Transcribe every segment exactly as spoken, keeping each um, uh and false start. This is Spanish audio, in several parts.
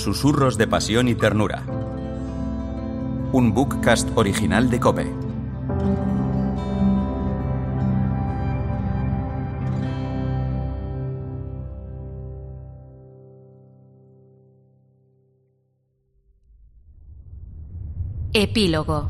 Susurros de pasión y ternura. Un bookcast original de COPE. Epílogo.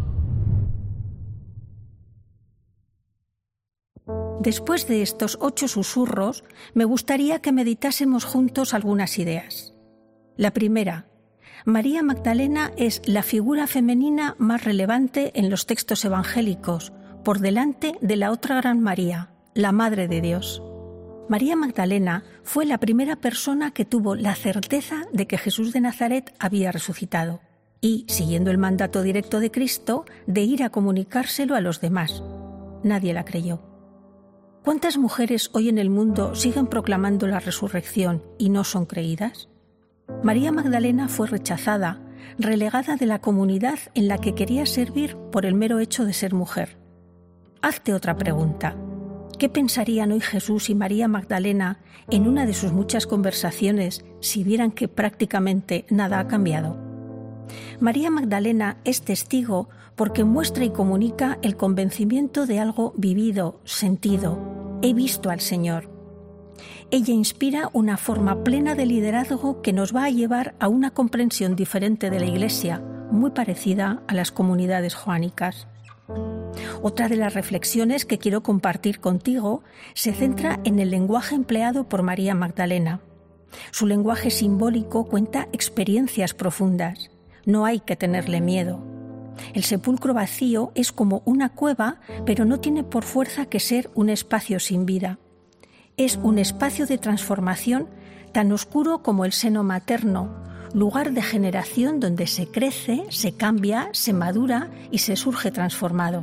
Después de estos ocho susurros, me gustaría que meditásemos juntos algunas ideas. La primera, María Magdalena es la figura femenina más relevante en los textos evangélicos, por delante de la otra gran María, la Madre de Dios. María Magdalena fue la primera persona que tuvo la certeza de que Jesús de Nazaret había resucitado y, siguiendo el mandato directo de Cristo, de ir a comunicárselo a los demás. Nadie la creyó. ¿Cuántas mujeres hoy en el mundo siguen proclamando la resurrección y no son creídas? María Magdalena fue rechazada, relegada de la comunidad en la que quería servir por el mero hecho de ser mujer. Hazte otra pregunta. ¿Qué pensarían hoy Jesús y María Magdalena en una de sus muchas conversaciones si vieran que prácticamente nada ha cambiado? María Magdalena es testigo porque muestra y comunica el convencimiento de algo vivido, sentido. He visto al Señor. Ella inspira una forma plena de liderazgo que nos va a llevar a una comprensión diferente de la Iglesia, muy parecida a las comunidades joánicas. Otra de las reflexiones que quiero compartir contigo se centra en el lenguaje empleado por María Magdalena. Su lenguaje simbólico cuenta experiencias profundas. No hay que tenerle miedo. El sepulcro vacío es como una cueva, pero no tiene por fuerza que ser un espacio sin vida. Es un espacio de transformación tan oscuro como el seno materno, lugar de generación donde se crece, se cambia, se madura y se surge transformado.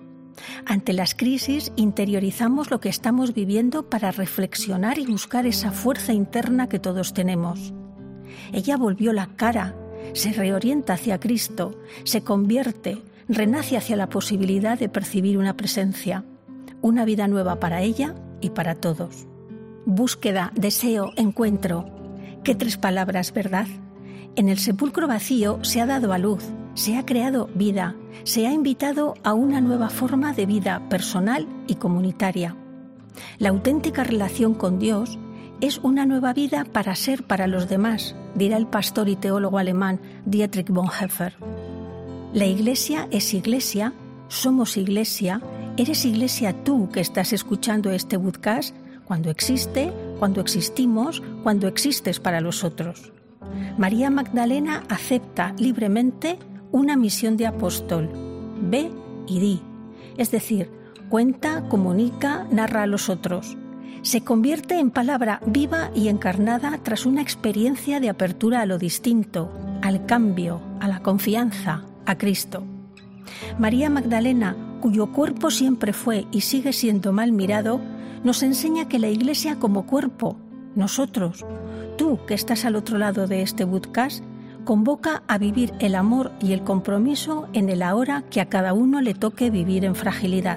Ante las crisis interiorizamos lo que estamos viviendo para reflexionar y buscar esa fuerza interna que todos tenemos. Ella volvió la cara, se reorienta hacia Cristo, se convierte, renace hacia la posibilidad de percibir una presencia, una vida nueva para ella y para todos. Búsqueda, deseo, encuentro. Qué tres palabras, ¿verdad? En el sepulcro vacío se ha dado a luz, se ha creado vida, se ha invitado a una nueva forma de vida personal y comunitaria. La auténtica relación con Dios es una nueva vida para ser para los demás, dirá el pastor y teólogo alemán Dietrich Bonhoeffer. La Iglesia es Iglesia, somos Iglesia, eres Iglesia tú que estás escuchando este podcast cuando existe, cuando existimos, cuando existes para los otros. María Magdalena acepta libremente una misión de apóstol. Ve y di. Es decir, cuenta, comunica, narra a los otros. Se convierte en palabra viva y encarnada tras una experiencia de apertura a lo distinto, al cambio, a la confianza, a Cristo. María Magdalena, cuyo cuerpo siempre fue y sigue siendo mal mirado, nos enseña que la Iglesia como cuerpo, nosotros, tú que estás al otro lado de este podcast, convoca a vivir el amor y el compromiso en el ahora que a cada uno le toque vivir en fragilidad.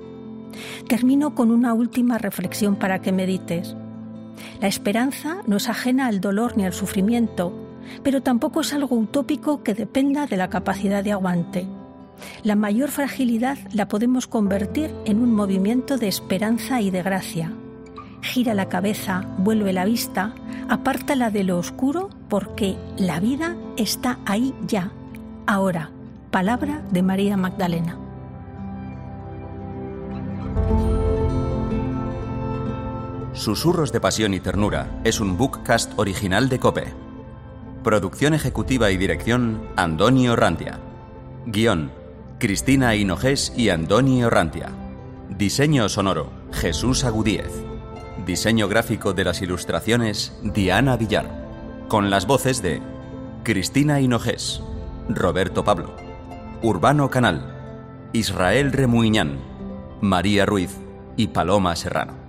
Termino con una última reflexión para que medites. La esperanza no es ajena al dolor ni al sufrimiento, pero tampoco es algo utópico que dependa de la capacidad de aguante. La mayor fragilidad la podemos convertir en un movimiento de esperanza y de gracia. Gira la cabeza, vuelve la vista, apártala de lo oscuro porque la vida está ahí ya, ahora. Palabra de María Magdalena. Susurros de pasión y ternura es un bookcast original de COPE. Producción ejecutiva y dirección Andoni Orrantia. Guión Cristina Hinojés y Andoni Orrantia. Diseño sonoro Jesús Agudíez. Diseño gráfico de las ilustraciones Diana Villar. Con las voces de Cristina Hinojés, Roberto Pablo, Urbano Canal, Israel Remuiñán, María Ruiz y Paloma Serrano.